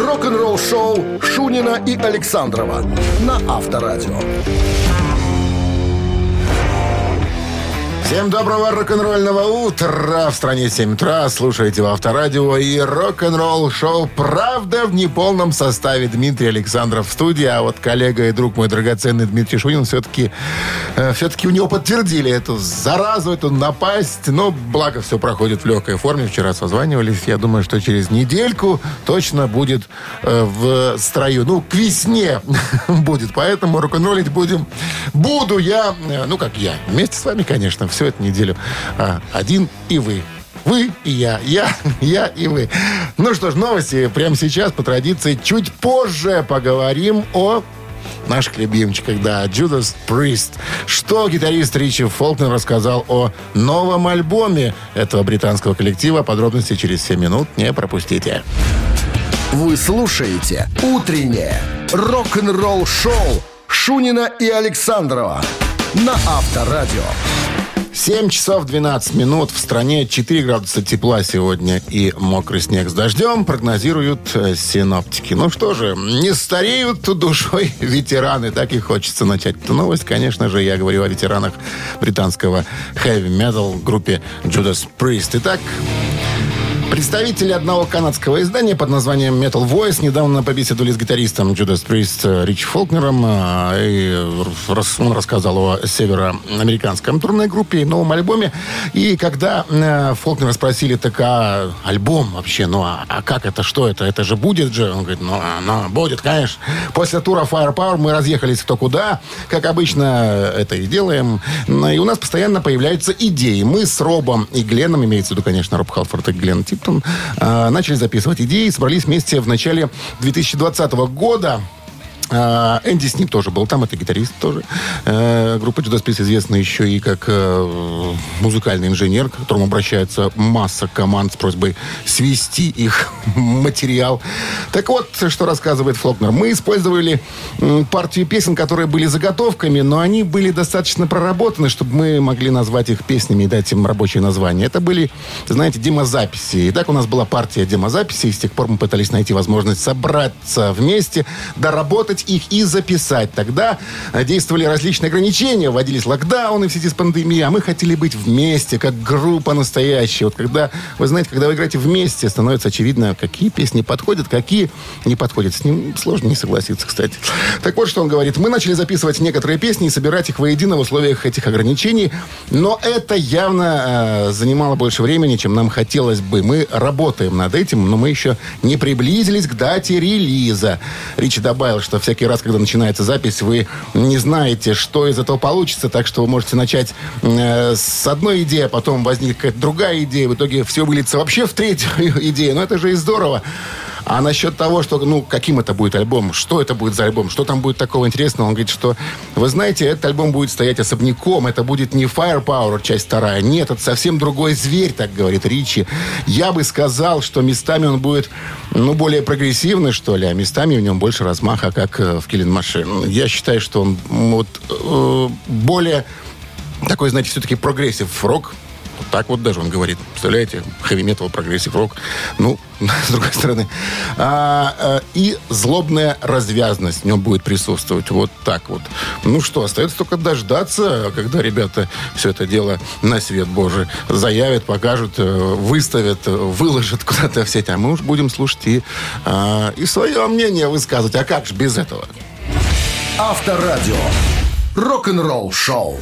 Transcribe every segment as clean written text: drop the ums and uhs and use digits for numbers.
Рок-н-ролл-шоу Шунина и Александрова на Авторадио. Всем доброго рок-н-ролльного утра. В стране 7 утра. Слушаете в Авторадио и рок-н-ролл шоу «Правда» в неполном составе. Дмитрий Александров в студии, а вот коллега и друг мой драгоценный Дмитрий Шунин все-таки у него подтвердили эту заразу, эту напасть. Но благо все проходит в легкой форме. Вчера созванивались. Я думаю, что через недельку точно будет в строю. Ну, к весне будет. Поэтому рок-н-роллить буду я, вместе с вами, конечно, всю эту неделю. Один и вы. Вы и я и вы. Ну что ж, новости прямо сейчас, по традиции. Чуть позже поговорим о наших любимчиках, да, Judas Priest. Что гитарист Ричи Фолкнер рассказал о новом альбоме этого британского коллектива. Подробности через 7 минут. Не пропустите. Вы слушаете «Утреннее рок-н-ролл-шоу» Шунина и Александрова на Авторадио. 7 часов 12 минут. В стране 4 градуса тепла сегодня и мокрый снег с дождем, прогнозируют синоптики. Ну что же, не стареют душой ветераны. Так и хочется начать эту новость. Конечно же, я говорю о ветеранах британского хэви-метал группе Judas Priest. Итак, представители одного канадского издания под названием Metal Voice недавно побеседовали с гитаристом Judas Priest Ричи Фолкнером. Он рассказал о североамериканском турне группе и новом альбоме. И когда Фолкнера спросили, так альбом вообще, а как это, что это? Это же будет же? Он говорит, будет, конечно. После тура Firepower мы разъехались кто куда. Как обычно это и делаем. И у нас постоянно появляются идеи. Мы с Робом и Гленном, имеется в виду, конечно, Роб Халфорд и Глен Типтон, начали записывать идеи, собрались вместе в начале 2020 года. Энди Снип тоже был там, это гитарист тоже. Группа Judas Priest известна еще и как музыкальный инженер, к которому обращается масса команд с просьбой свести их материал. Так вот, что рассказывает Фолкнер. Мы использовали партию песен, которые были заготовками, но они были достаточно проработаны, чтобы мы могли назвать их песнями и дать им рабочее название. Это были, знаете, демозаписи. И так у нас была партия демозаписей, и с тех пор мы пытались найти возможность собраться вместе, доработать их и записать. Тогда действовали различные ограничения, вводились локдауны в связи с пандемией, а мы хотели быть вместе, как группа настоящая. Вот когда, вы знаете, когда вы играете вместе, становится очевидно, какие песни подходят, какие не подходят. С ним сложно не согласиться, кстати. Так вот, что он говорит. Мы начали записывать некоторые песни и собирать их воедино в условиях этих ограничений, но это явно занимало больше времени, чем нам хотелось бы. Мы работаем над этим, но мы еще не приблизились к дате релиза. Ричи добавил, что всякий раз, когда начинается запись, вы не знаете, что из этого получится, так что вы можете начать с одной идеи, а потом возникнет какая-то другая идея, в итоге все выльется вообще в третью идею. Но это же и здорово. А насчет того, что, каким это будет альбом, что это будет за альбом, что там будет такого интересного, он говорит, что, вы знаете, этот альбом будет стоять особняком, это будет не Firepower, часть 2, нет, это совсем другой зверь, так говорит Ричи. Я бы сказал, что местами он будет, более прогрессивный, что ли, а местами в нем больше размаха, как в Killing Machine. Я считаю, что он более такой, знаете, все-таки прогрессив-рок. Вот так вот даже он говорит. Представляете? Хэви-метал, прогрессив-рок. С другой стороны. И злобная развязность в нем будет присутствовать. Вот так вот. Что, остается только дождаться, когда ребята все это дело на свет Божий заявят, покажут, выставят, выложат куда-то в сеть. А мы уж будем слушать и свое мнение высказывать. А как же без этого? Авторадио. Рок-н-ролл шоу.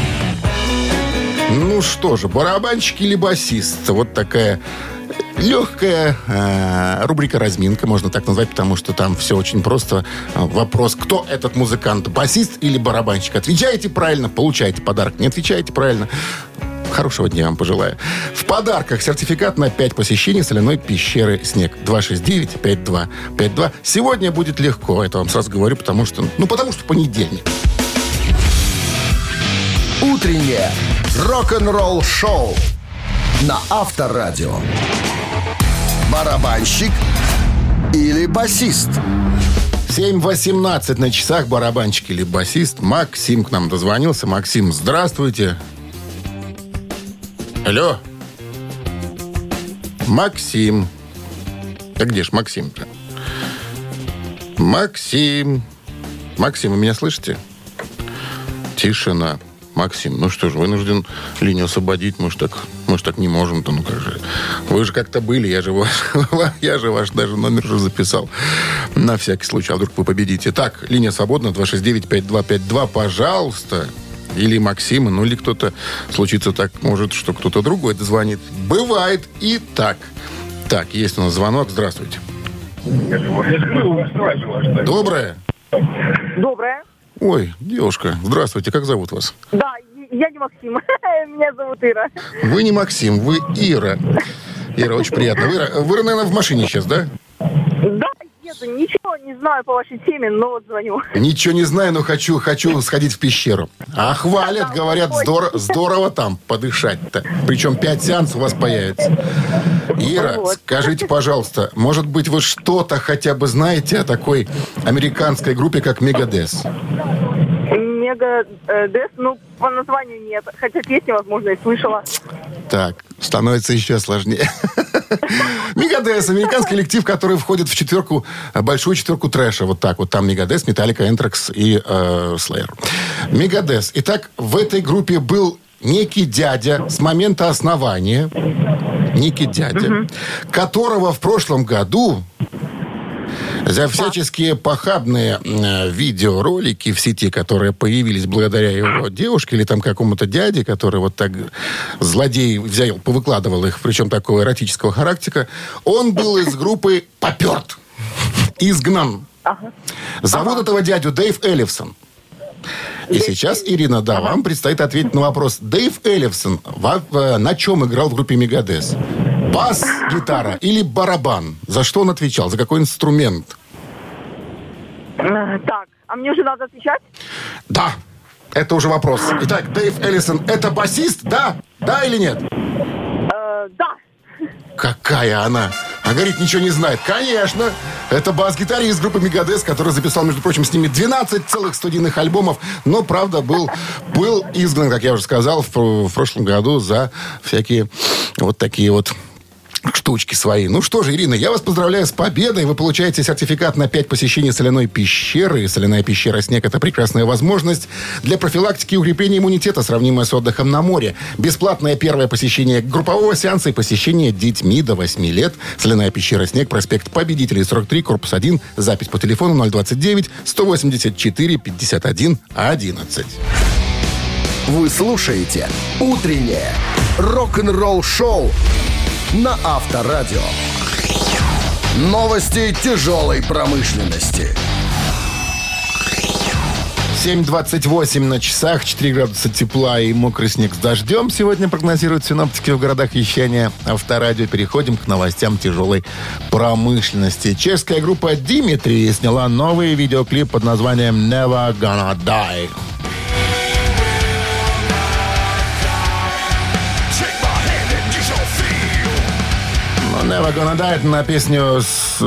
Ну что же, барабанщик или басист? Вот такая легкая рубрика «Разминка», можно так назвать, потому что там все очень просто. Вопрос, кто этот музыкант, басист или барабанщик? Отвечаете правильно, получаете подарок. Не отвечаете правильно, хорошего дня вам пожелаю. В подарках сертификат на 5 посещений соляной пещеры «Снег». 269-5252. Сегодня будет легко, это вам сразу говорю, потому что понедельник. Утреннее рок-н-ролл-шоу на Авторадио. Барабанщик или басист? 7:18 на часах. Барабанщик или басист. Максим к нам дозвонился. Максим, здравствуйте. Алло. Максим. Да где ж Максим-то? Максим, вы меня слышите? Тишина. Максим, ну что ж, вынужден линию освободить. Мы ж так не можем-то, ну как же. Вы же как-то были, я же ваш даже номер уже записал. На всякий случай, а вдруг вы победите. Так, линия свободна, 269-5252, пожалуйста. Или Максима, ну или кто-то, случится так, может, что кто-то другой дозвонит. Бывает и так. Так, есть у нас звонок, здравствуйте. Доброе. Доброе. Ой, девушка, здравствуйте, как зовут вас? Да, я не Максим, меня зовут Ира. Вы не Максим, вы Ира. Ира, очень приятно. Вы, наверное, в машине сейчас, да? Да, еду, ничего не знаю по вашей теме, но вот звоню. Ничего не знаю, но хочу сходить в пещеру. А хвалят, говорят, здорово там подышать-то. Причем 5 сеансов у вас появится. Ира, вот. Скажите, пожалуйста, может быть, вы что-то хотя бы знаете о такой американской группе, как Мегадес? Мегадес, ну, по названию нет. Хотя песни, возможно, и слышала. Так, становится еще сложнее. Мегадес, американский коллектив, который входит в большую четверку трэша. Вот так вот. Там Мегадес, Металлика, Энтракс и Слэйр. Мегадес. Итак, в этой группе был некий дядя с момента основания, которого в прошлом году за всяческие похабные видеоролики в сети, которые появились благодаря его девушке или там какому-то дяде, который вот так злодей взял, повыкладывал их, причем такого эротического характера, он был из группы поперт, изгнан. Зовут этого дядю Дэйв Эллифсон. И сейчас, Ирина, да, вам предстоит ответить на вопрос. Дэйв Эллифсон на чем играл в группе Мегадес? Бас, гитара или барабан? За что он отвечал? За какой инструмент? Так, а мне уже надо отвечать? Да, это уже вопрос. Итак, Дэйв Эллифсон, это басист? Да? Да или нет? Да. Какая она? А говорит, ничего не знает. Конечно, это бас-гитарист группы Мегадес, который записал, между прочим, с ними 12 целых студийных альбомов, но, правда, был изгнан, как я уже сказал, в прошлом году за всякие вот такие вот штучки свои. Ну что же, Ирина, я вас поздравляю с победой. Вы получаете сертификат на 5 посещений соляной пещеры. И соляная пещера «Снег» — это прекрасная возможность для профилактики и укрепления иммунитета, сравнимая с отдыхом на море. Бесплатное первое посещение группового сеанса и посещение детьми до 8 лет. Соляная пещера «Снег», проспект Победителей, 43, корпус 1. Запись по телефону 029-184-51-11. Вы слушаете «Утреннее рок-н-ролл-шоу» на Авторадио. Новости тяжелой промышленности. 7:28 на часах, 4 градуса тепла и мокрый снег с дождем. Сегодня прогнозируют синоптики в городах вещания Авторадио. Переходим к новостям тяжелой промышленности. Чешская группа Dimitri сняла новый видеоклип под названием «Never Gonna Die». Never Gonna Die на песню с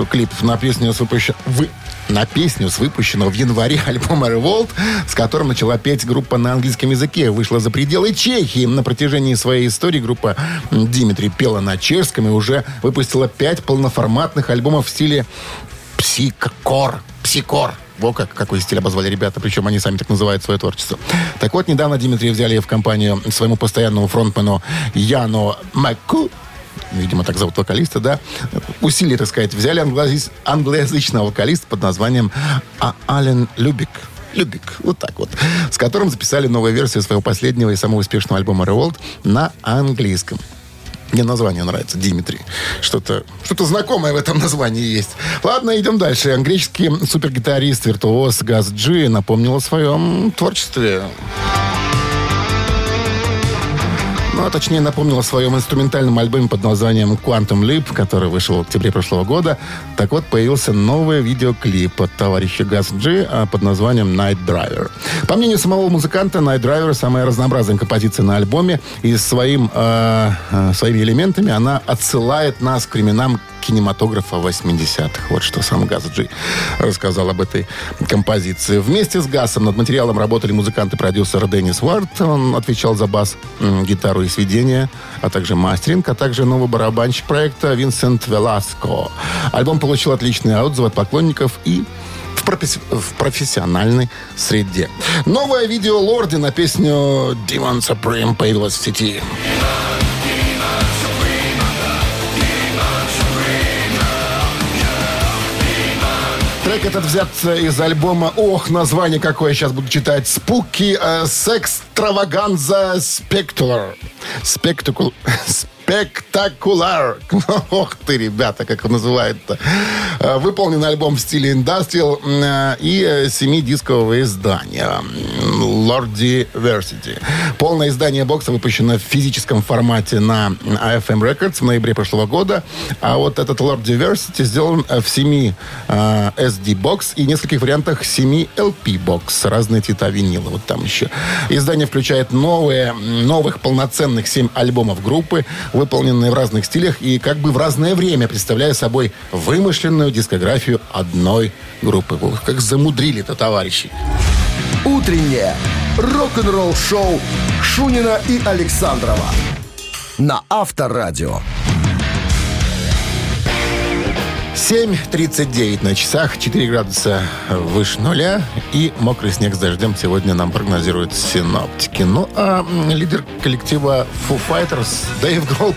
выпущенного в январе альбома Revolt, с которым начала петь группа на английском языке. Вышла за пределы Чехии. На протяжении своей истории группа Dimitri пела на чешском и уже выпустила 5 полноформатных альбомов в стиле псикор. Во какой стиль обозвали ребята, причем они сами так называют свое творчество. Так вот, недавно Dimitri взяли в компанию своему постоянному фронтмену Яну Макку, видимо, так зовут вокалиста, да, усилий, так сказать, взяли англоязычного вокалиста под названием Ален Любик, вот так вот, с которым записали новую версию своего последнего и самого успешного альбома Revolt на английском. Мне название нравится, Dimitri. Что-то знакомое в этом названии есть. Ладно, идем дальше. Греческий супергитарист, виртуоз Газ Джи напомнил о своем творчестве. Ну, а точнее, напомнил о своем инструментальном альбоме под названием Quantum Leap, который вышел в октябре прошлого года. Так вот, появился новый видеоклип от товарища Газ Джи под названием Night Driver. По мнению самого музыканта, Night Driver — самая разнообразная композиция на альбоме, и своими элементами она отсылает нас к временам кинематографа 80-х. Вот что сам Газ Джи рассказал об этой композиции. Вместе с Газом над материалом работали музыкант и продюсер Деннис Уарт. Он отвечал за бас, гитару и сведения, а также мастеринг, а также новый барабанщик проекта Винсент Веласко. Альбом получил отличные отзывы от поклонников и в профессиональной среде. Новое видео Лорди на песню Demon Supreme появилось в сети. Трек этот взят из альбома, название какое, сейчас буду читать, Spooky Sextravaganza Spectacular. Спектакуляр. Ох ты, ребята, как он называет-то. Выполнен альбом в стиле индастриал и 7-дискового издания Lordiversity. Полное издание бокса выпущено в физическом формате на AFM Records в ноябре прошлого года. А вот этот Lordiversity сделан в 7 SD-бокс и нескольких вариантах 7 LP-бокс. Разные цвета винила. Вот там еще. Издание включает новых полноценных 7 альбомов группы, выполненные в разных стилях и как бы в разное время, представляя собой вымышленную дискографию одной группы. Ох, как замудрили-то, товарищи. Утреннее рок-н-ролл-шоу Шунина и Александрова на Авторадио. 7:39 на часах, 4 градуса выше нуля и мокрый снег с дождем сегодня нам прогнозируют синоптики. Ну, а лидер коллектива Foo Fighters Дэйв Гролл,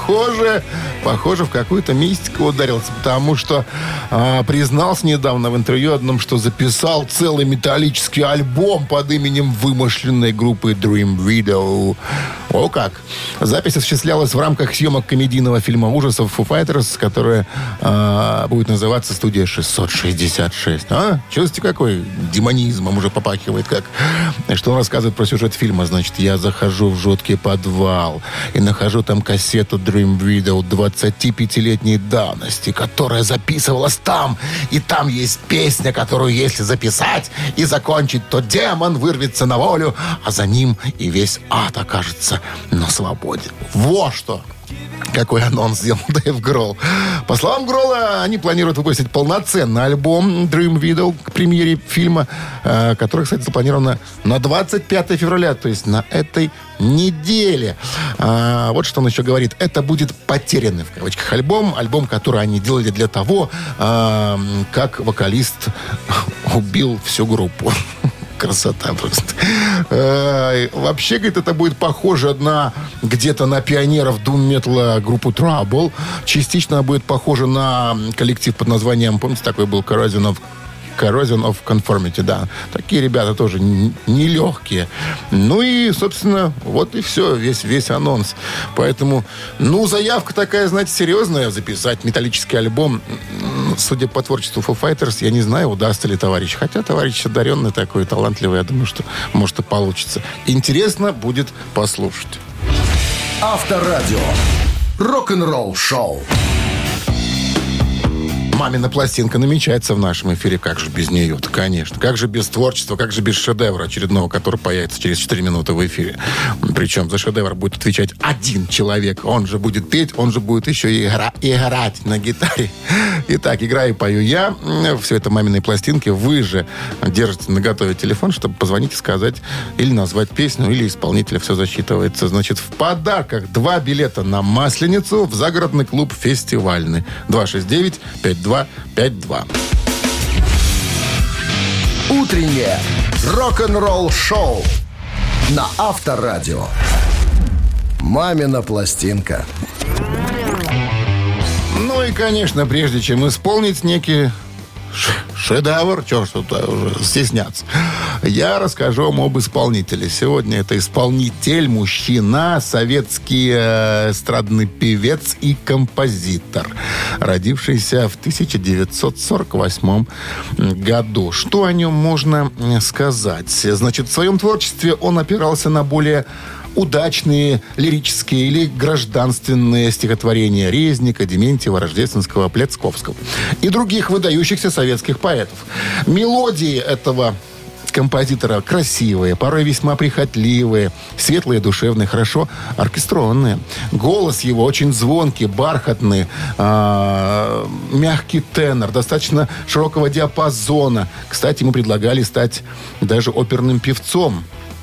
похоже, в какую-то мистику ударился, потому что признался недавно в интервью одном, что записал целый металлический альбом под именем вымышленной группы Dream Widow. О как! Запись осуществлялась в рамках съемок комедийного фильма ужасов Foo Fighters, которая будет называться «Студия 666». Чувствуете, какой демонизмом уже попахивает, как? Что он рассказывает про сюжет фильма? Значит, я захожу в жуткий подвал и нахожу там кассету Dream Widow 25-летней давности, которая записывалась там. И там есть песня, которую, если записать и закончить, то демон вырвется на волю, а за ним и весь ад окажется на свободе. Вот что! Какой анонс сделал Дэйв Гролл. По словам Гролла, они планируют выпустить полноценный альбом Dream Widow к премьере фильма, который, кстати, запланировано на 25 февраля, то есть на этой неделе. Вот что он еще говорит. Это будет потерянный, в кавычках, альбом, который они делали для того, как вокалист убил всю группу. Красота просто. Вообще, говорит, это будет похоже где-то на пионеров дум-металла группу Trouble. Частично будет похоже на коллектив под названием, помните, такой был Corrosion of Conformity, да. Такие ребята тоже нелегкие. Ну и, собственно, вот и все, весь анонс. Поэтому, заявка такая, знаете, серьезная, записать металлический альбом. Судя по творчеству Foo Fighters, я не знаю, удастся ли товарищ. Хотя товарищ одаренный такой, талантливый, я думаю, что может и получится. Интересно будет послушать. Авторадио. Рок-н-ролл шоу. «Мамина пластинка» намечается в нашем эфире. Как же без нее-то, конечно. Как же без творчества, как же без шедевра очередного, который появится через 4 минуты в эфире. Причем за шедевр будет отвечать один человек. Он же будет петь, он же будет еще и играть на гитаре. Итак, играю и пою я. Все это «Маминой пластинки». Вы же держите наготове телефон, чтобы позвонить и сказать или назвать песню, или исполнителя. Все засчитывается. Значит, в подарках 2 билета на Масленицу в загородный клуб «Фестивальный». 269-5252. Утреннее рок-н-ролл шоу на Авторадио. «Мамина пластинка». Ну и, конечно, прежде чем исполнить некий шедевр, что-то уже стесняться, я расскажу вам об исполнителе. Сегодня это исполнитель, мужчина, советский эстрадный певец и композитор, родившийся в 1948 году. Что о нем можно сказать? Значит, в своем творчестве он опирался на более удачные лирические или гражданственные стихотворения Резника, Дементьева, Рождественского, Пляцковского и других выдающихся советских поэтов. Мелодии этого композитора красивые, порой весьма прихотливые, светлые, душевные, хорошо оркестрованные. Голос его очень звонкий, бархатный, мягкий тенор, достаточно широкого диапазона. Кстати, ему предлагали стать даже оперным певцом.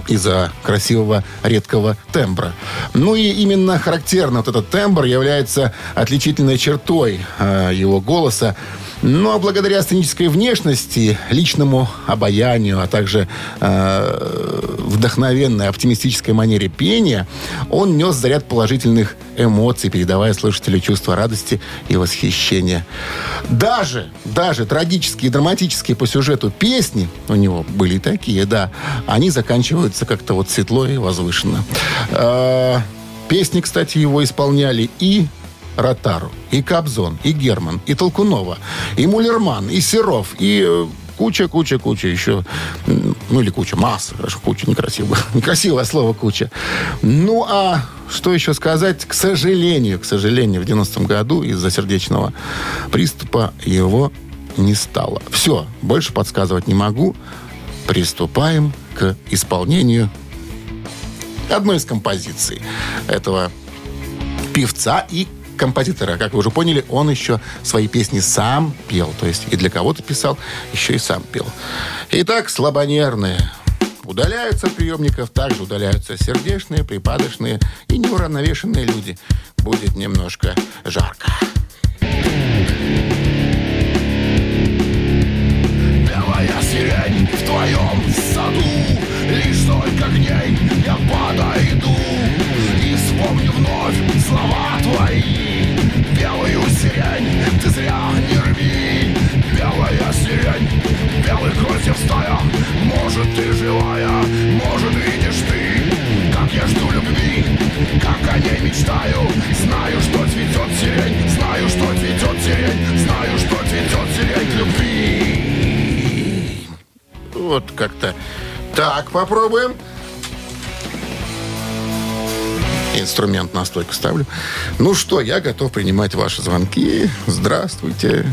из-за красивого редкого тембра. Ну и именно характерно вот этот тембр является отличительной чертой его голоса. Но благодаря сценической внешности, личному обаянию, а также вдохновенной, оптимистической манере пения, он нес заряд положительных эмоций, передавая слушателю чувство радости и восхищения. Даже трагические и драматические по сюжету песни, у него были такие, да, они заканчиваются как-то вот светло и возвышенно. Песни, кстати, его исполняли и Ротару, и Кобзон, и Герман, и Толкунова, и Муллерман, и Серов, и куча еще. Ну, или куча, масса. Куча, некрасивое слово куча. Ну, а что еще сказать? К сожалению, в 90-м году из-за сердечного приступа его не стало. Все, больше подсказывать не могу. Приступаем к исполнению одной из композиций этого певца и композитора. Как вы уже поняли, он еще свои песни сам пел. То есть и для кого-то писал, еще и сам пел. Итак, слабонервные удаляются от приемников, также удаляются сердечные, припадочные и неуравновешенные люди. Будет немножко жарко. Белая сирень в твоем саду, лишь только к ней я подойду и вспомню вновь слова твои. Белую сирень ты зря не рви. Белая сирень, белых крыльев стая. Может, ты живая, может, видишь ты, как я жду любви, как о ней мечтаю. Знаю, что цветет сирень, знаю, что цветет сирень, знаю, что цветет сирень любви. Вот как-то так попробуем. Инструмент на стойку ставлю. Ну что, я готов принимать ваши звонки. Здравствуйте.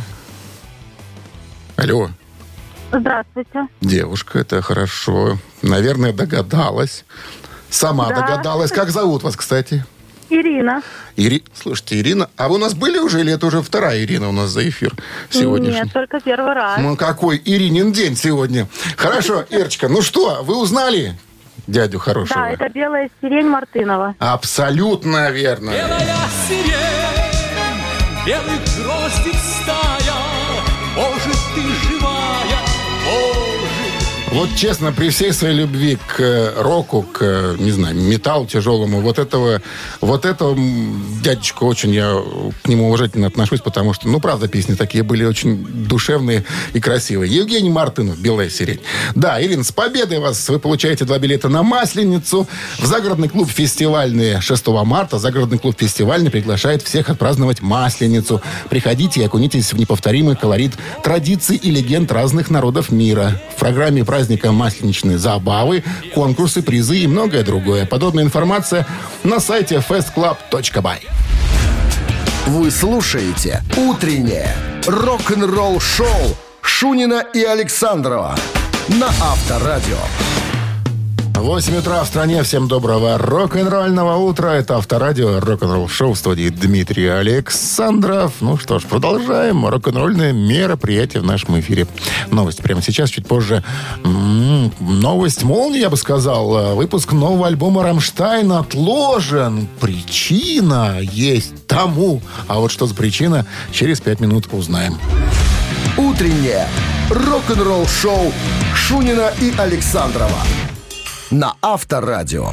Алло. Здравствуйте. Девушка, это хорошо. Наверное, догадалась. Сама догадалась. Как зовут вас, кстати? Ирина. Слушайте, Ирина, а вы у нас были уже, или это уже вторая Ирина у нас за эфир сегодняшний? Нет, только первый раз. Ну, какой Иринин день сегодня. Хорошо, Ирочка, ну что, вы узнали дядю хорошего? Да, это белая сирень Мартынова. Абсолютно верно. Белая сирень, белых гроздей стая, может, ты живая, может. Вот честно, при всей своей любви к року, к, не знаю, металлу тяжелому, вот этого дядечку очень я к нему уважительно отношусь, потому что, ну, правда, песни такие были очень душевные и красивые. Евгений Мартынов, «Белая сирень». Да, Ирина, с победой вас! Вы получаете 2 билета на Масленицу в загородный клуб «Фестивальный» 6 марта. Загородный клуб «Фестивальный» приглашает всех отпраздновать Масленицу. Приходите и окунитесь в неповторимый колорит традиций и легенд разных народов мира. В программе праздника масленичные забавы, конкурсы, призы и многое другое. Подробная информация на сайте festclub.by. Вы слушаете «Утреннее рок-н-ролл-шоу» Шунина и Александрова на Авторадио. 8 утра в стране. Всем доброго рок-н-ролльного утра. Это Авторадио, рок-н-ролл-шоу в студии Дмитрий Александров. Ну что ж, продолжаем рок-н-ролльное мероприятие в нашем эфире. Новости прямо сейчас, чуть позже. Новость молнии, я бы сказал. Выпуск нового альбома «Рамштайн» отложен. Причина есть тому. А вот что за причина, через 5 минут узнаем. Утреннее рок-н-ролл-шоу Шунина и Александрова на Авторадио.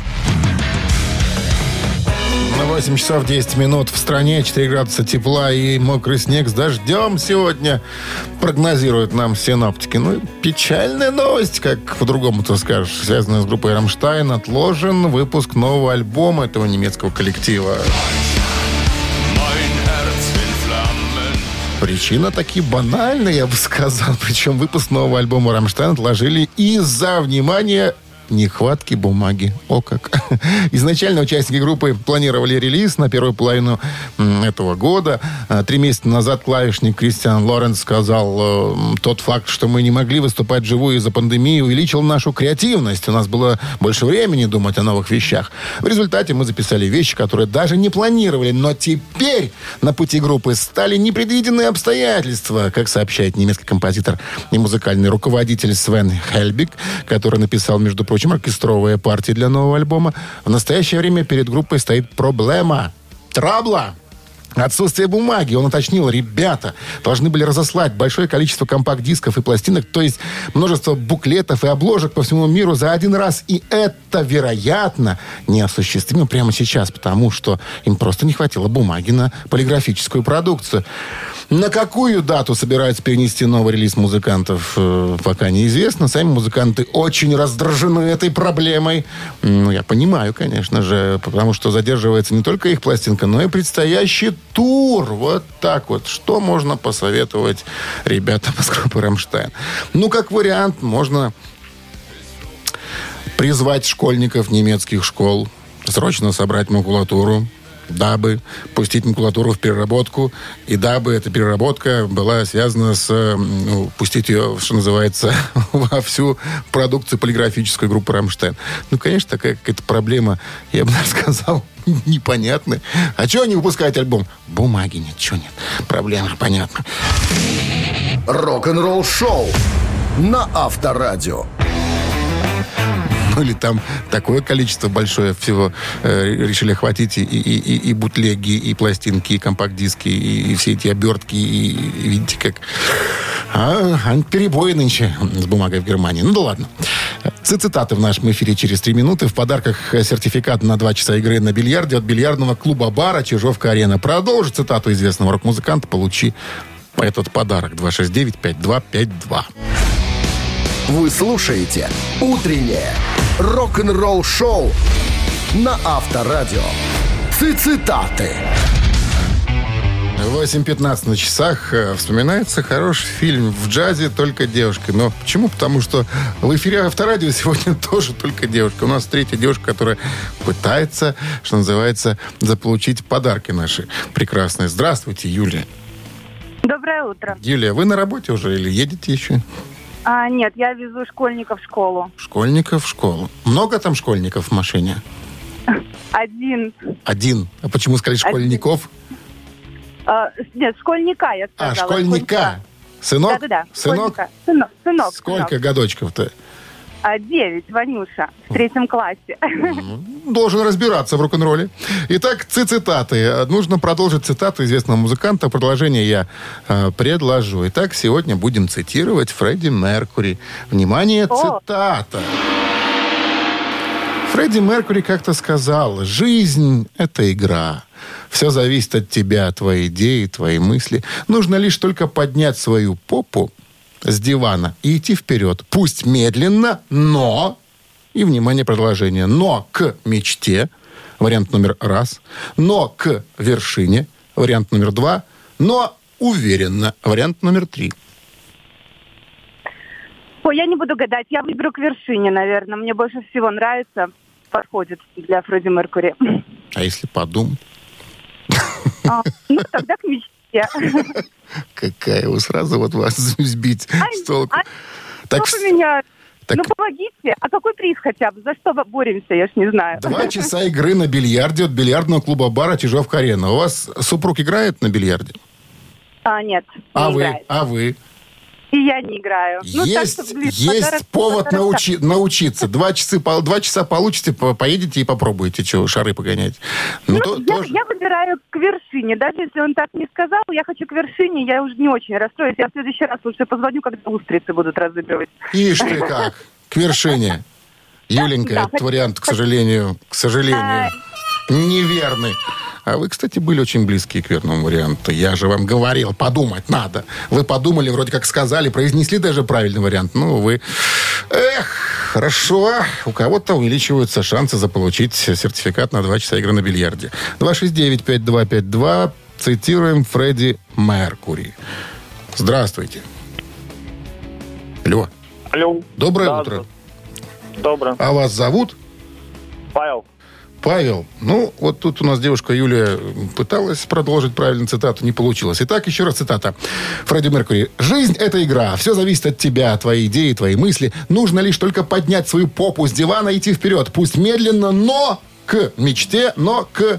8 часов 10 минут в стране, 4 градуса тепла и мокрый снег с дождем сегодня прогнозируют нам синоптики. Ну, печальная новость, как по-другому-то скажешь, связанная с группой «Рамштайн». Отложен выпуск нового альбома этого немецкого коллектива. Причина таки банальная, я бы сказал. Причем выпуск нового альбома «Рамштайн» отложили из-за, внимания, нехватки бумаги. О как. Изначально участники группы планировали релиз на первую половину этого года. 3 месяца назад клавишник Кристиан Лоренц сказал, тот факт, что мы не могли выступать вживую из-за пандемии, увеличил нашу креативность. У нас было больше времени думать о новых вещах. В результате мы записали вещи, которые даже не планировали. Но теперь на пути группы стали непредвиденные обстоятельства, как сообщает немецкий композитор и музыкальный руководитель Свен Хельбиг, который написал, между прочим, прочим, оркестровые партии для нового альбома. В настоящее время перед группой стоит проблема. Трабла. Отсутствие бумаги. Он уточнил, ребята должны были разослать большое количество компакт-дисков и пластинок, то есть множество буклетов и обложек по всему миру за один раз. И это, вероятно, неосуществимо прямо сейчас, потому что им просто не хватило бумаги на полиграфическую продукцию. На какую дату собираются перенести новый релиз музыкантов, пока неизвестно. Сами музыканты очень раздражены этой проблемой. Ну, я понимаю, конечно же, потому что задерживается не только их пластинка, но и предстоящий тур. Вот так вот. Что можно посоветовать ребятам из группы «Рамштайн»? Ну, как вариант, можно призвать школьников немецких школ, срочно собрать макулатуру, дабы пустить макулатуру в переработку, и дабы эта переработка была связана с... пустить ее, что называется, во всю продукцию полиграфической группы «Рамштайн». Ну, конечно, такая какая-то проблема, я бы даже сказал, непонятная. А чего не выпускать альбом? Бумаги нет, чего нет. Проблема, понятно. Рок-н-ролл шоу на Авторадио. Ну, или там такое количество большое всего решили охватить и бутлеги, и пластинки, и компакт-диски, и все эти обертки, и видите, как... перебои нынче с бумагой в Германии. Ну да ладно. Цитаты в нашем эфире через 3 минуты. В подарках сертификат на 2 часа игры на бильярде от бильярдного клуба-бара «Чижовка-арена». Продолжи цитату известного рок-музыканта, получи этот подарок. 269-5252. Вы слушаете «Утреннее рок-н-ролл-шоу» на Авторадио. Цитаты. 8:15 на часах. Вспоминается хороший фильм «В джазе только девушка». Но почему? Потому что в эфире Авторадио сегодня тоже только девушка. У нас третья девушка, которая пытается, что называется, заполучить подарки наши прекрасные. Здравствуйте, Юлия. Доброе утро. Юлия, вы на работе уже или едете еще? Нет, я везу школьников в школу. Школьников в школу. Много там школьников в машине? Один. А почему сказали школьников? Нет, школьника, я сказала. Школьника. Сынок? Да. Сынок? Сынок. Сколько годочков-то? 9, Ванюша, в 3 классе. Должен разбираться в рок-н-ролле. Итак, цитаты. Нужно продолжить цитату известного музыканта. Продолжение я предложу. Итак, сегодня будем цитировать Фредди Меркьюри. Внимание, цитата. Фредди Меркьюри как-то сказал: «Жизнь — это игра. Все зависит от тебя, твоей идеи, твоей мысли. Нужно лишь только поднять свою попу с дивана и идти вперед. Пусть медленно, но...» И, внимание, продолжение. «Но к мечте». Вариант номер 1. «Но к вершине». Вариант номер 2. «Но уверенно». Вариант номер 3. Я не буду гадать. Я выберу к вершине, наверное. Мне больше всего нравится. Подходит для Фредди Меркьюри. А если подумать? Тогда к мечте. Какая вы сразу вас сбить с толку. Так, помогите. А какой приз хотя бы? За что боремся? Я ж не знаю. 2 часа игры на бильярде от бильярдного клуба-бара «Чижовка-арена». У вас супруг играет на бильярде? Нет, не играет. А вы? И я не играю. Есть повод научиться. 2 часа получите, поедете и попробуете, шары погонять. Я выбираю к вершине. Даже если он так не сказал, я хочу к вершине, я уже не очень расстроюсь. Я в следующий раз лучше позвоню, когда устрицы будут разыгрывать. Ишь ты как, к вершине. Юленька, этот вариант, к сожалению, неверный. А вы, кстати, были очень близкие к верному варианту. Я же вам говорил, подумать надо. Вы подумали, вроде как сказали, произнесли даже правильный вариант. Вы... хорошо. У кого-то увеличиваются шансы заполучить сертификат на 2 часа игры на бильярде. 269-5252. Цитируем Фредди Меркьюри. Здравствуйте. Алло. Доброе утро. Доброе. А вас зовут? Павел. Вот тут у нас девушка Юлия пыталась продолжить правильную цитату, не получилось. Итак, еще раз цитата. Фредди Меркьюри. «Жизнь — это игра. Все зависит от тебя, твои идеи, твои мысли. Нужно лишь только поднять свою попу с дивана и идти вперед. Пусть медленно, но к мечте, но к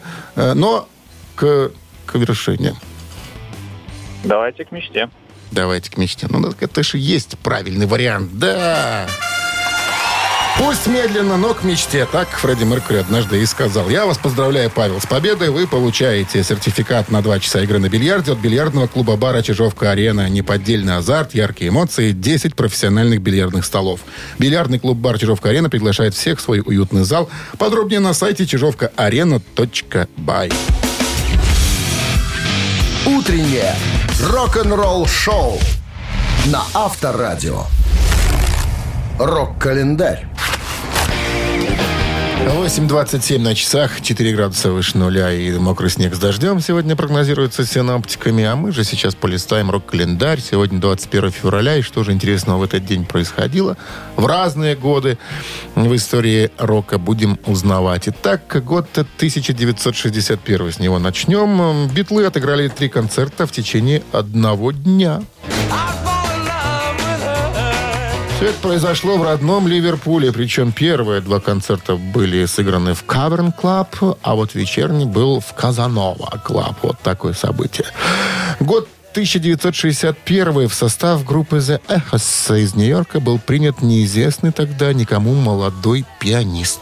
вершине». Давайте к мечте. Это же есть правильный вариант. Да. Пусть медленно, но к мечте. Так Фредди Меркьюри однажды и сказал. Я вас поздравляю, Павел, с победой. Вы получаете сертификат на 2 часа игры на бильярде от бильярдного клуба-бара «Чижовка-Арена». Неподдельный азарт, яркие эмоции, 10 профессиональных бильярдных столов. Бильярдный клуб-бар «Чижовка-Арена» приглашает всех в свой уютный зал. Подробнее на сайте чижовкаарена.бай. Утреннее рок-н-ролл-шоу на Авторадио. Рок-календарь. 8:27 на часах, 4 градуса выше нуля и мокрый снег с дождем сегодня прогнозируется синоптиками. А мы же сейчас полистаем рок-календарь. Сегодня 21 февраля. И что же интересного в этот день происходило в разные годы в истории рока, будем узнавать. Итак, год 1961. С него начнем. Битлы отыграли 3 концерта в течение одного дня. Все это произошло в родном Ливерпуле, причем первые 2 концерта были сыграны в Cavern Club, а вот вечерний был в Казанова Club. Вот такое событие. Год 1961. В состав группы The Echoes из Нью-Йорка был принят неизвестный тогда никому молодой пианист.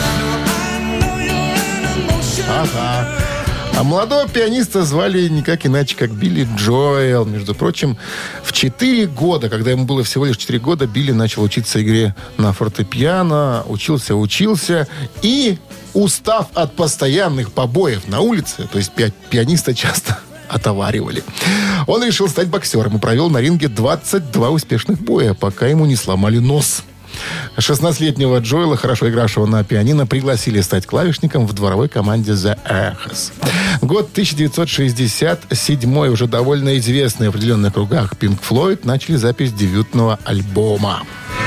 Ага. А молодого пианиста звали никак иначе, как Билли Джоэл. Между прочим, в 4 года, когда ему было всего лишь 4 года, Билли начал учиться игре на фортепиано, учился, и, устав от постоянных побоев на улице, то есть пианиста часто отоваривали, он решил стать боксером и провел на ринге 22 успешных боя, пока ему не сломали нос. 16-летнего Джоэла, хорошо игравшего на пианино, пригласили стать клавишником в дворовой команде The Echoes. Год 1967, уже довольно известный в определенных кругах Pink Floyd, начали запись дебютного альбома.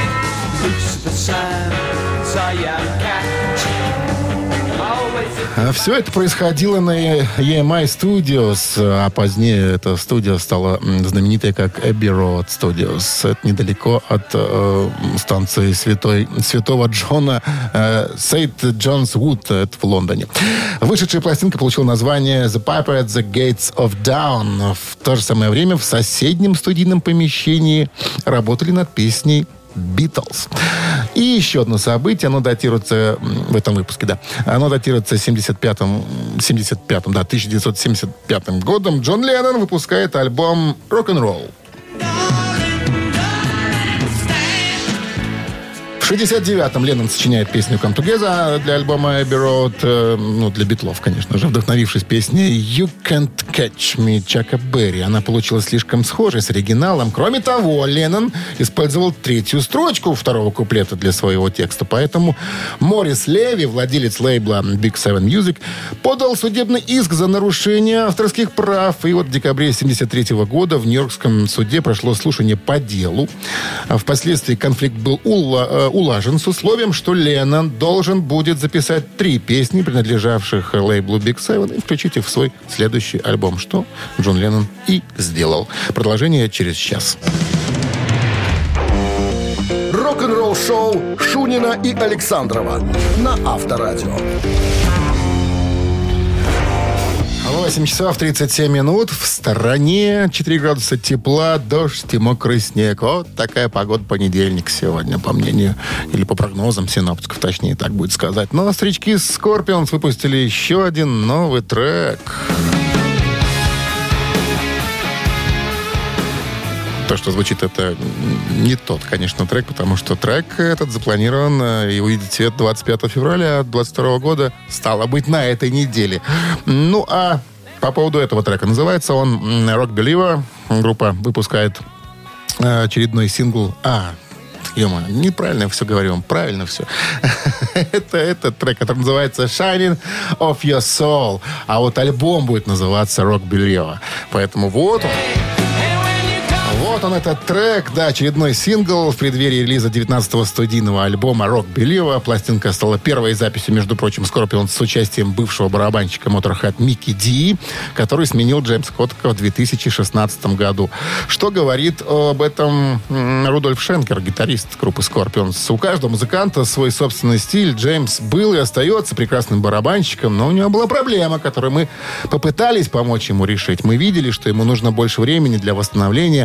Все это происходило на EMI Studios, а позднее эта студия стала знаменитой как Abbey Road Studios. Это недалеко от станции Святого Джона, Сейнт Джонс Вуд, это в Лондоне. Вышедшая пластинка получила название The Piper at the Gates of Dawn. В то же самое время в соседнем студийном помещении работали над песней Beatles. И еще одно событие, оно датируется в этом выпуске, да. Оно датируется 1975 годом. Джон Леннон выпускает альбом «Rock'n'Roll». В 1969-м Леннон сочиняет песню «Come Together» для альбома Abbey Road, для Битлов, конечно же, вдохновившись песней «You Can't Catch Me» Чака Берри. Она получилась слишком схожей с оригиналом. Кроме того, Леннон использовал 3-ю строчку 2-го куплета для своего текста, поэтому Морис Леви, владелец лейбла Big Seven Music, подал судебный иск за нарушение авторских прав. И вот в декабре 1973 года в Нью-Йоркском суде прошло слушание по делу. Впоследствии конфликт был улажен с условием, что Леннон должен будет записать 3 песни, принадлежавших лейблу Big Seven, и включить их в свой следующий альбом, что Джон Леннон и сделал. Продолжение через час. Рок-н-ролл-шоу Шунина и Александрова на Авторадио. 8 часов 37 минут. В стороне 4 градуса тепла, дождь и мокрый снег. Вот такая погода понедельник сегодня, по мнению, или по прогнозам синоптиков, точнее, так будет сказать. Но старички Scorpions выпустили еще один новый трек. То, что звучит, это не тот, конечно, трек, потому что трек этот запланирован и увидит свет 25 февраля 2022 года, стало быть, на этой неделе. Ну, а по поводу этого трека, называется он «Rock Believer». Группа выпускает очередной сингл. Ё-моё, неправильно я все говорю, правильно все. Это трек, который называется «Shining of Your Soul». А вот альбом будет называться «Rock Believer». Поэтому вот он. Вот он, этот трек, да, очередной сингл в преддверии релиза 19-го студийного альбома «Rock Believer». Пластинка стала первой записью, между прочим, Scorpions с участием бывшего барабанщика Motorhead Микки Ди, который сменил Джеймса Хоттека в 2016 году. Что говорит об этом Рудольф Шенкер, гитарист группы Scorpions? У каждого музыканта свой собственный стиль. Джеймс был и остается прекрасным барабанщиком, но у него была проблема, которую мы попытались помочь ему решить. Мы видели, что ему нужно больше времени для восстановления, чем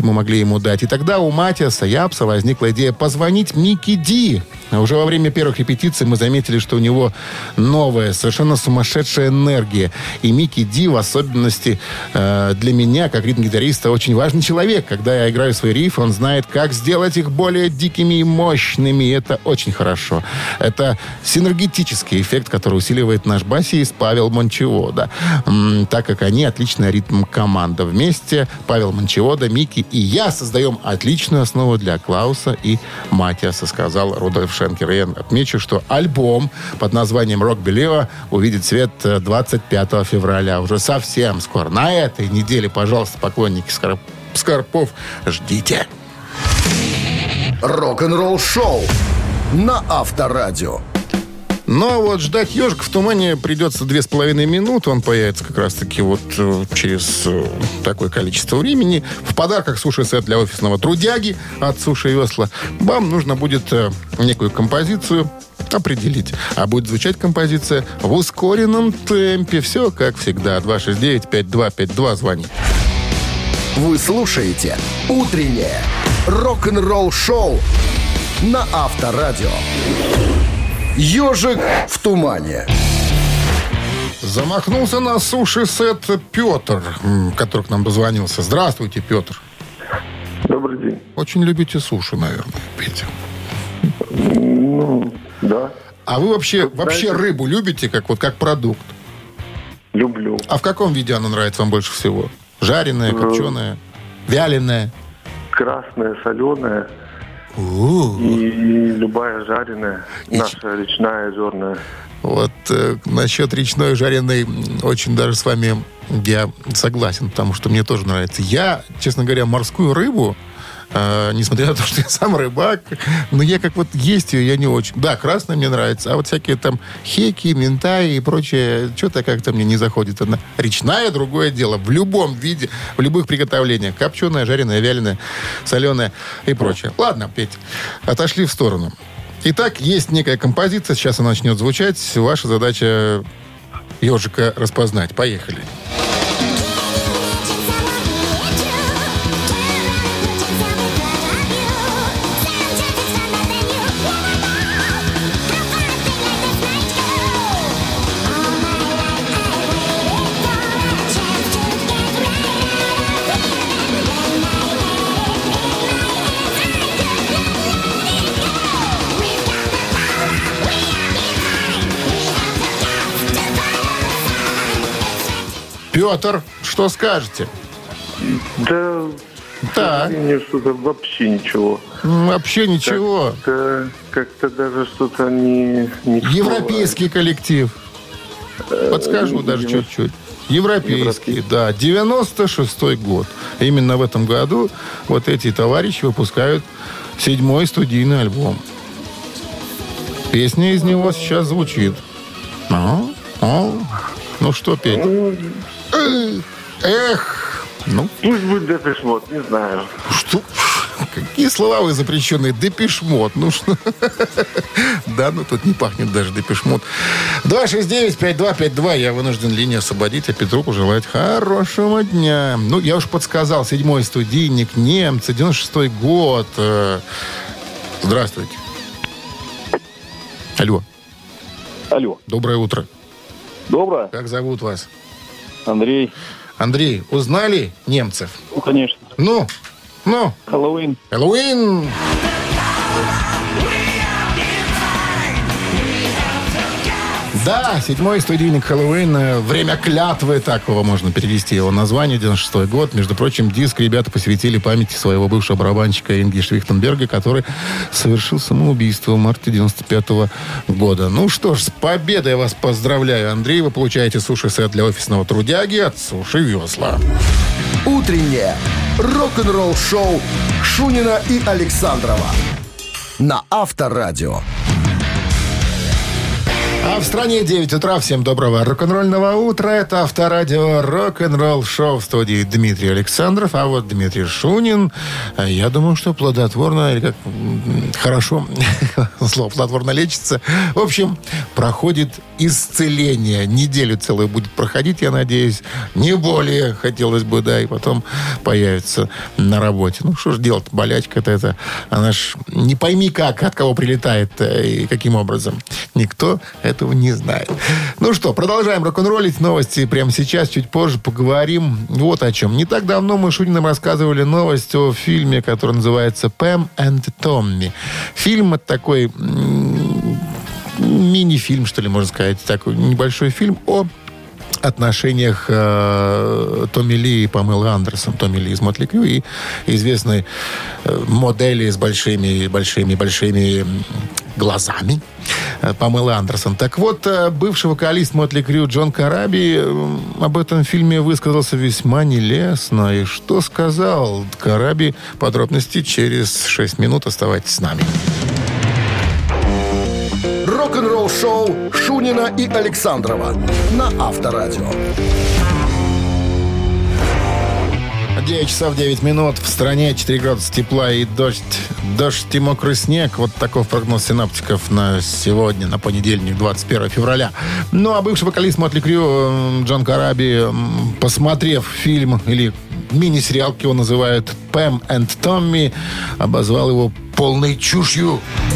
чем мы могли ему дать. И тогда у Матиаса Япса возникла идея позвонить Микки Ди. Уже во время первых репетиций мы заметили, что у него новая, совершенно сумасшедшая энергия. И Микки Ди, в особенности для меня, как ритм-гитариста, очень важный человек. Когда я играю свои рифы, он знает, как сделать их более дикими и мощными. И это очень хорошо. Это синергетический эффект, который усиливает наш басист Павел Мончевода. Так как они отличная ритм-команда. Вместе Павел Мончевода, Микки и я создаем отличную основу для Клауса и Матиаса, сказал Рудольф Шенкер. И я отмечу, что альбом под названием «Rock Believer» увидит свет 25 февраля. Уже совсем скоро. На этой неделе, пожалуйста, поклонники Скорпов, ждите. Рок-н-ролл шоу на Авторадио. Но вот ждать «Ежика в тумане» придется 2,5 минуты. Он появится как раз-таки вот через такое количество времени. В подарках суши-сет для офисного трудяги от Суши Весла. Вам нужно будет некую композицию определить. А будет звучать композиция в ускоренном темпе. Все как всегда. 269-5252. Звони. Вы слушаете «Утреннее рок-н-ролл-шоу» на Авторадио. «Ежик в тумане». Замахнулся на суши-сет Петр, который к нам дозвонился. Здравствуйте, Петр. Добрый день. Очень любите суши, наверное, Петя. Ну, да. А вы вообще рыбу любите как продукт? Люблю. А в каком виде она нравится вам больше всего? Жареная, копченая, вяленая? Красная, соленая. И любая жареная. Наша речная, озерная. Вот насчет речной жареной очень даже с вами я согласен, потому что мне тоже нравится. Я, честно говоря, морскую рыбу, несмотря на то, что я сам рыбак, но я как вот есть ее, я не очень. Да, красная мне нравится, а вот всякие там хеки, минтай и прочее, что-то как-то мне не заходит. Она речная, другое дело. В любом виде, в любых приготовлениях. Копченая, жареная, вяленая, соленая и прочее. Ладно, Петь, отошли в сторону. Итак, есть некая композиция, сейчас она начнет звучать. Ваша задача ежика распознать. Поехали. Петр, что скажете? Да, что-то вообще ничего. Вообще ничего. Как-то даже что-то не Европейский коллектив. Подскажу даже чуть-чуть. Европейский, да. 96-й год. Именно в этом году вот эти товарищи выпускают 7-й студийный альбом. Песня из него сейчас звучит. Ну что, Петь? Эх. Ну. Пусть будет Депеш Мод, не знаю. Что? Какие слова вы запрещенные? Депеш Мод. Ну что? Да, ну тут не пахнет даже Депеш Мод. 269-5252. Я вынужден линию освободить, а Петруку желать хорошего дня. Ну, я уж подсказал. 7-й студийник, немцы, 96-й год. Здравствуйте. Алло. Доброе утро. Доброе. Как зовут вас? Андрей. Андрей, узнали немцев? Ну, конечно. Ну. Хэллоуин. Да, 7-й студийник Хэллоуин. Время клятвы, так его можно перевести. Его название, 96-й год. Между прочим, диск ребята посвятили памяти своего бывшего барабанщика Инги Швихтенберга, который совершил самоубийство в марте 95-го года. Ну что ж, с победой я вас поздравляю, Андрей. Вы получаете суши-сет для офисного трудяги от Суши Весла. Утреннее рок-н-ролл-шоу Шунина и Александрова на Авторадио. А в стране 9 утра. Всем доброго рок-н-ролльного утра. Это Авторадио Рок-н-ролл шоу, в студии Дмитрий Александров. А вот Дмитрий Шунин, я думаю, что плодотворно, или как хорошо слово плодотворно лечится. В общем, проходит исцеление. Неделю целую будет проходить, я надеюсь. Не более, хотелось бы, да, и потом появится на работе. Ну, что ж делать, болячка-то это, она ж не пойми как, от кого прилетает и каким образом. Никто этого не знает. Ну что, продолжаем рок-н-роллить. Новости прямо сейчас, чуть позже поговорим. Вот о чем. Не так давно мы Шуниным рассказывали новость о фильме, который называется «Пэм энд Томми». Фильм это такой мини-фильм, что ли, можно сказать. Такой небольшой фильм о отношениях Томми Ли и Памелы Андерсон. Томми Ли из Мотли Крю и известной модели с большими глазами Памелы Андерсон. Так вот, бывший вокалист Мотли Крю Джон Караби об этом фильме высказался весьма нелестно. И что сказал Караби? Подробности через 6 минут. Оставайтесь с нами. Рок-н-ролл-шоу Шунина и Александрова на Авторадио. 9 часов 9 минут. В стране 4 градуса тепла и дождь и мокрый снег. Вот такой прогноз синоптиков на сегодня, на понедельник, 21 февраля. Ну, а бывший вокалист Мотли Крю Джон Караби, посмотрев фильм или мини-сериал, как его называют, «Пэм энд Томми», обозвал его полной чушью.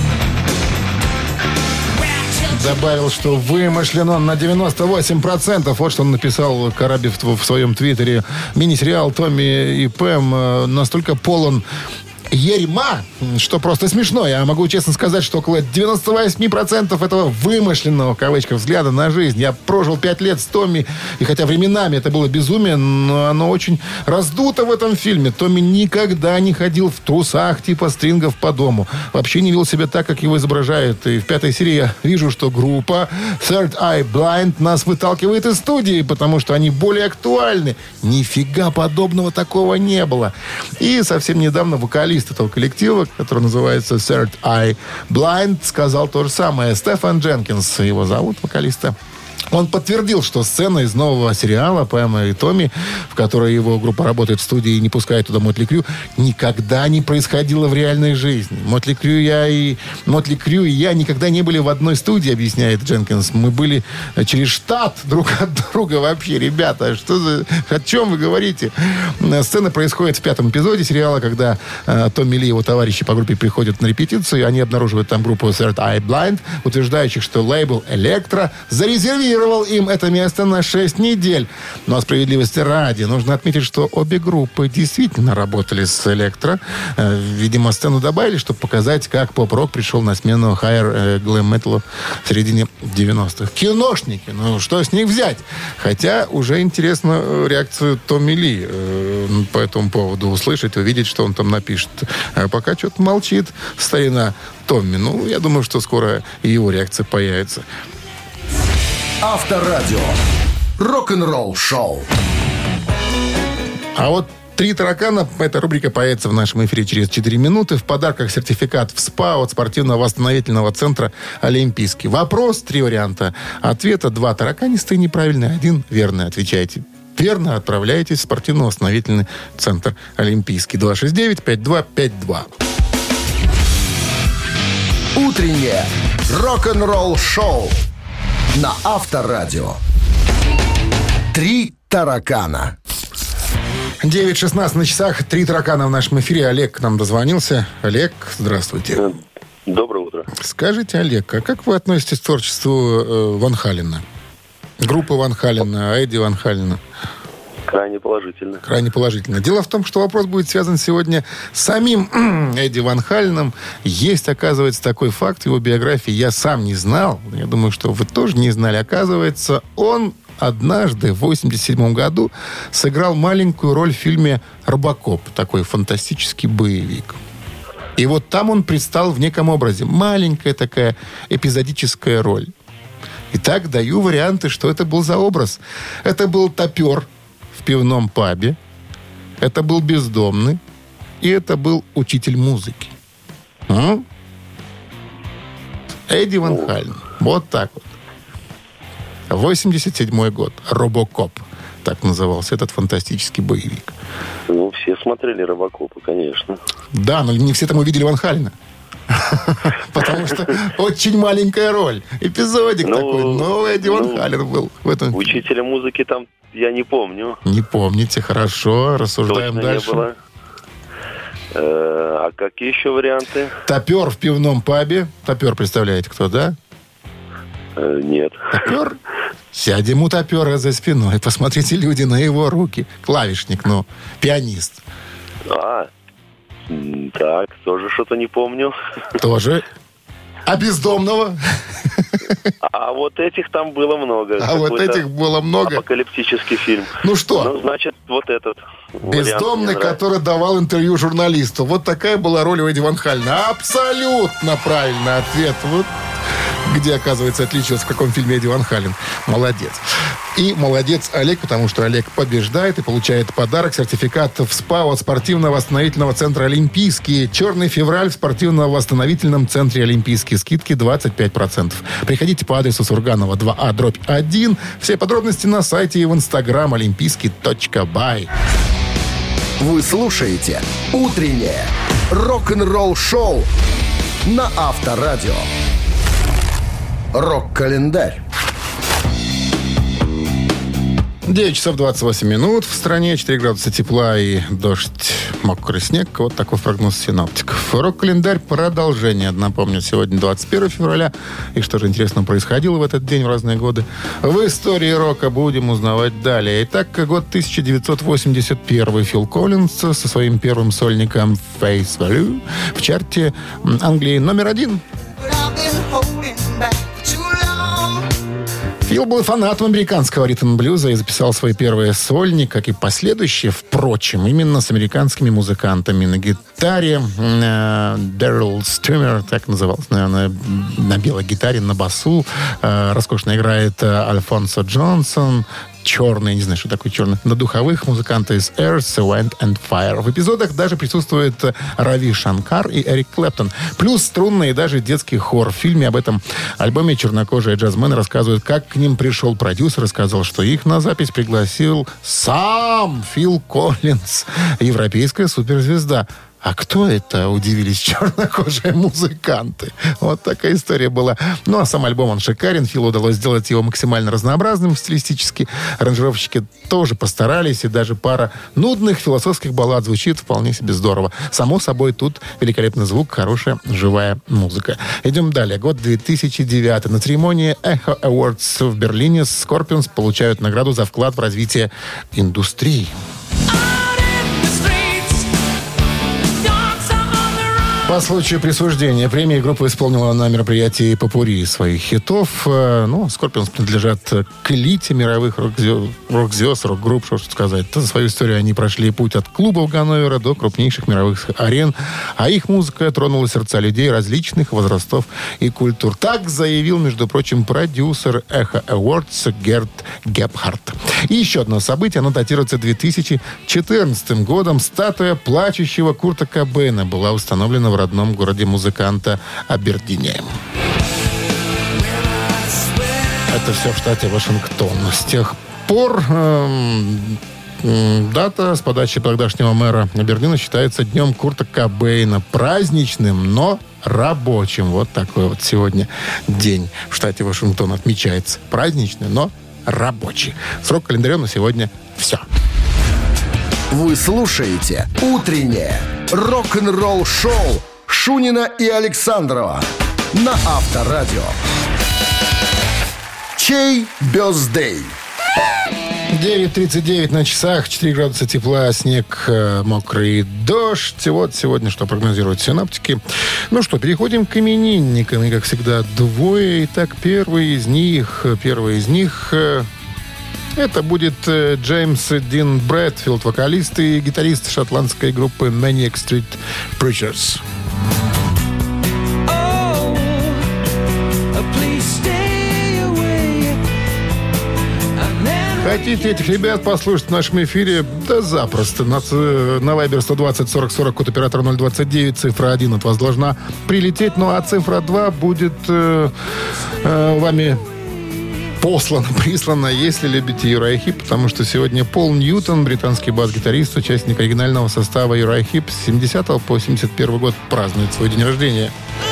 Добавил, что вымышлен он на 98%. Вот что он написал Караби в своем твиттере. Мини-сериал «Томми и Пэм» настолько полон ерьма, что просто смешно. Я могу честно сказать, что около 98% этого вымышленного, в кавычках, взгляда на жизнь. Я прожил 5 лет с Томми, и хотя временами это было безумие, но оно очень раздуто в этом фильме. Томми никогда не ходил в трусах типа стрингов по дому. Вообще не вел себя так, как его изображают. И в 5-й серии я вижу, что группа Third Eye Blind нас выталкивает из студии, потому что они более актуальны. Нифига подобного такого не было. И совсем недавно вокалист этого коллектива, который называется Third Eye Blind, сказал то же самое. Стефан Дженкинс его зовут, вокалиста. Он подтвердил, что сцена из нового сериала «Пэм и Томми», в которой его группа работает в студии и не пускает туда Мотли Крю, никогда не происходила в реальной жизни. Мотли Крю и я никогда не были в одной студии, объясняет Дженкинс. Мы были через штат друг от друга вообще. Ребята, о чем вы говорите? Сцена происходит в 5-м эпизоде сериала, когда Томми Ли и его товарищи по группе приходят на репетицию, и они обнаруживают там группу Third Eye Blind, утверждающих, что лейбл «Электро» зарезервировал им это место на 6 недель. Но справедливости ради нужно отметить, что обе группы действительно работали с «Электро». Видимо, сцену добавили, чтобы показать, как поп-рок пришел на смену хайр глэм-металу в середине 90-х. Киношники, ну что с них взять? Хотя уже интересно реакцию Томми Ли по этому поводу услышать, увидеть, что он там напишет. А пока что-то молчит старина Томми. Ну, я думаю, что скоро и его реакция появится. Авторадио. Рок-н-ролл шоу. А вот «Три таракана». Эта рубрика появится в нашем эфире через 4 минуты. В подарках сертификат в СПА от спортивно-восстановительного центра «Олимпийский». Вопрос, 3 варианта ответа. 2 тараканистые неправильные, 1 верный. Отвечайте верно, отправляйтесь в спортивно-восстановительный центр «Олимпийский». 269-5252. Утреннее рок-н-ролл шоу на Авторадио. 3 таракана. 9:16 на часах. 3 таракана в нашем эфире. Олег к нам дозвонился. Олег, здравствуйте. Доброе утро. Скажите, Олег, а как вы относитесь к творчеству Ван Халена? Группы Ван Халена, Эдди Ван Халена? Крайне положительно. Крайне положительно. Дело в том, что вопрос будет связан сегодня с самим Эдди Ван Халеном. Есть, оказывается, такой факт в его биографии. Я сам не знал. Я думаю, что вы тоже не знали. Оказывается, он однажды в 1987 году сыграл маленькую роль в фильме «Робокоп». Такой фантастический боевик. И вот там он предстал в неком образе. Маленькая такая эпизодическая роль. Итак, даю варианты, что это был за образ. Это был топер в пивном пабе. Это был бездомный. И это был учитель музыки. Эдди Ван Хален. Вот так вот. 87 год. «Робокоп». Так назывался этот фантастический боевик. Ну, все смотрели «Робокопа», конечно. Да, но не все там увидели Ван Халена. Потому что очень маленькая роль. Эпизодик такой. Новый Эдди Ван Хален был в этом. Учителя музыки там я не помню. Не помните, хорошо. Рассуждаем Точно дальше. Не было. А какие еще варианты? Топер в пивном пабе. Топер, представляете, кто, да? Нет. Топер? Сядем у топера за спиной. Посмотрите, люди, на его руки. Клавишник, пианист. Так, тоже что-то не помню. Тоже. А бездомного? А вот этих там было много. А вот этих было много? Апокалиптический фильм. Ну что? Ну, значит, вот этот. Бездомный, который давал интервью журналисту. Вот такая была роль у Эдди Ван Халена. Абсолютно правильный ответ. Вот где, оказывается, отличился, в каком фильме Эдди Ван Хален. Молодец. И молодец Олег, потому что Олег побеждает и получает подарок. Сертификат в СПА от спортивно-восстановительного центра «Олимпийский». «Черный февраль» в спортивно-восстановительном центре «Олимпийский». Скидки 25%. Приходите по адресу Сурганова 2А/1. Все подробности на сайте и в инстаграм олимпийский.бай. Вы слушаете «Утреннее рок-н-ролл-шоу» на Авторадио. Рок-календарь. 9 часов 28 минут. В стране 4 градуса тепла и дождь, мокрый снег. Вот такой прогноз синоптиков. Рок-календарь продолжение. Напомню, сегодня 21 февраля. И что же интересного происходило в этот день в разные годы, в истории рока будем узнавать далее. Итак, год 1981. Фил Коллинз со своим первым сольником «Face Value» в чарте Англии номер 1. Фил был фанатом американского ритм-блюза и записал свой первый сольник, как и последующие, впрочем, именно с американскими музыкантами. На гитаре Дэрил Стюмер, так назывался, наверное, на белой гитаре, на басу. Роскошно играет Альфонсо Джонсон. Черный, не знаю, что такое черный. На духовых музыканты из Earth, Wind and Fire. В эпизодах даже присутствует Рави Шанкар и Эрик Клэптон. Плюс струнный и даже детский хор. В фильме об этом альбоме чернокожие джазмены рассказывают, как к ним пришел продюсер и сказал, что их на запись пригласил сам Фил Коллинз, европейская суперзвезда. А кто это? Удивились чернокожие музыканты. Вот такая история была. Ну, а сам альбом, он шикарен. Филу удалось сделать его максимально разнообразным стилистически. Аранжировщики тоже постарались. И даже пара нудных философских баллад звучит вполне себе здорово. Само собой, тут великолепный звук, хорошая живая музыка. Идем далее. Год 2009. На церемонии Echo Awards в Берлине Scorpions получают награду за вклад в развитие индустрии. По случаю присуждения премии группа исполнила на мероприятии попурри своих хитов. Скорпионс принадлежат к элите мировых рок-звезд, рок-групп, что сказать. За свою историю они прошли путь от клубов Ганновера до крупнейших мировых арен, а их музыка тронула сердца людей различных возрастов и культур. Так заявил, между прочим, продюсер Echo Awards Герт Гепхард. И еще одно событие, оно датируется 2014 годом. Статуя плачущего Курта Кобейна была установлена в родном городе музыканта Абердине. Это все в штате Вашингтон. С тех пор дата с подачи тогдашнего мэра Абердина считается днем Курта Кобейна. Праздничным, но рабочим. Вот такой вот сегодня день в штате Вашингтон отмечается. Праздничный, но рабочий. Срок календарем на сегодня все. Вы слушаете «Утреннее рок-н-ролл-шоу» Шунина и Александрова на Авторадио. Чей бёздей? 9:39 на часах, 4 градуса тепла, снег, мокрый дождь. Вот сегодня что прогнозируют синоптики. Ну что, переходим к именинникам. И, как всегда, двое. Итак, первый из них это будет Джеймс Дин Брэдфилд, вокалист и гитарист шотландской группы Maniac Street Preachers. Хотите этих ребят послушать в нашем эфире? Да запросто. На Viber 120-40-40, код оператора 029, цифра 1 от вас должна прилететь. Ну а цифра 2 будет вами прислано, если любите Uriah Heep, потому что сегодня Пол Ньютон, британский бас-гитарист, участник оригинального состава Uriah Heep с 70 по 71 год, празднует свой день рождения.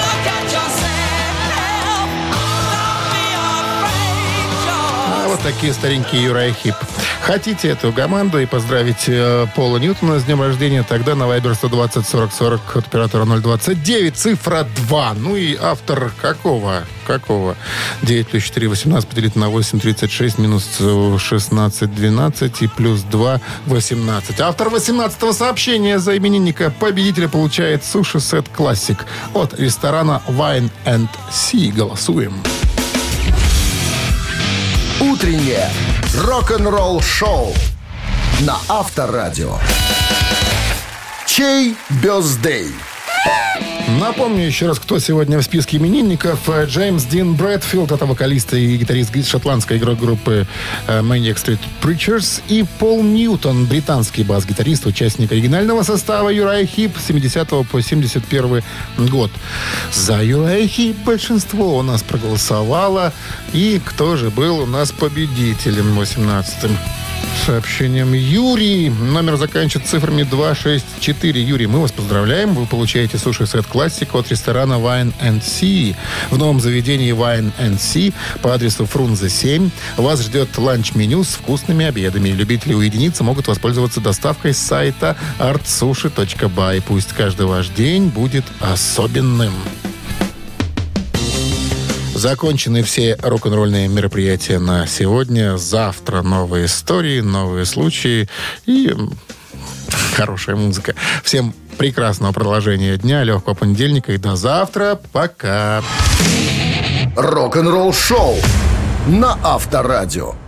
Вот такие старенькие Uriah Heep. Хотите эту команду и поздравить Пола Ньютона с днем рождения, тогда на Viber 120 40 40 от оператора 029, цифра 2. Ну и автор какого? 9 плюс 4, 18 поделить на 8, 36, минус 16, 12 и плюс 2, 18. Автор 18-го сообщения за именинника победителя получает суши-сет «Классик» от ресторана Wine and Sea. Голосуем. Утреннее рок-н-ролл-шоу на Авторадио. Чей бёздей? Напомню еще раз, кто сегодня в списке именинников. Джеймс Дин Брэдфилд, это вокалист и гитарист шотландской группы Maniac Street Preachers, и Пол Ньютон, британский бас-гитарист, участник оригинального состава Uriah Heep с 70 по 71 год. За Uriah Heep большинство у нас проголосовало. И кто же был у нас победителем 18-м? Сообщением Юрий. Номер заканчивается цифрами 264. Юрий, мы вас поздравляем. Вы получаете суши-сет «Классик» от ресторана Wine and Sea. В новом заведении Wine and Sea по адресу Фрунзе 7 вас ждет ланч-меню с вкусными обедами. Любители уединиться могут воспользоваться доставкой с сайта artsushi.by. Пусть каждый ваш день будет особенным. Закончены все рок-н-ролльные мероприятия на сегодня. Завтра новые истории, новые случаи и хорошая музыка. Всем прекрасного продолжения дня, легкого понедельника и до завтра. Пока. Рок-н-ролл шоу на Авторадио.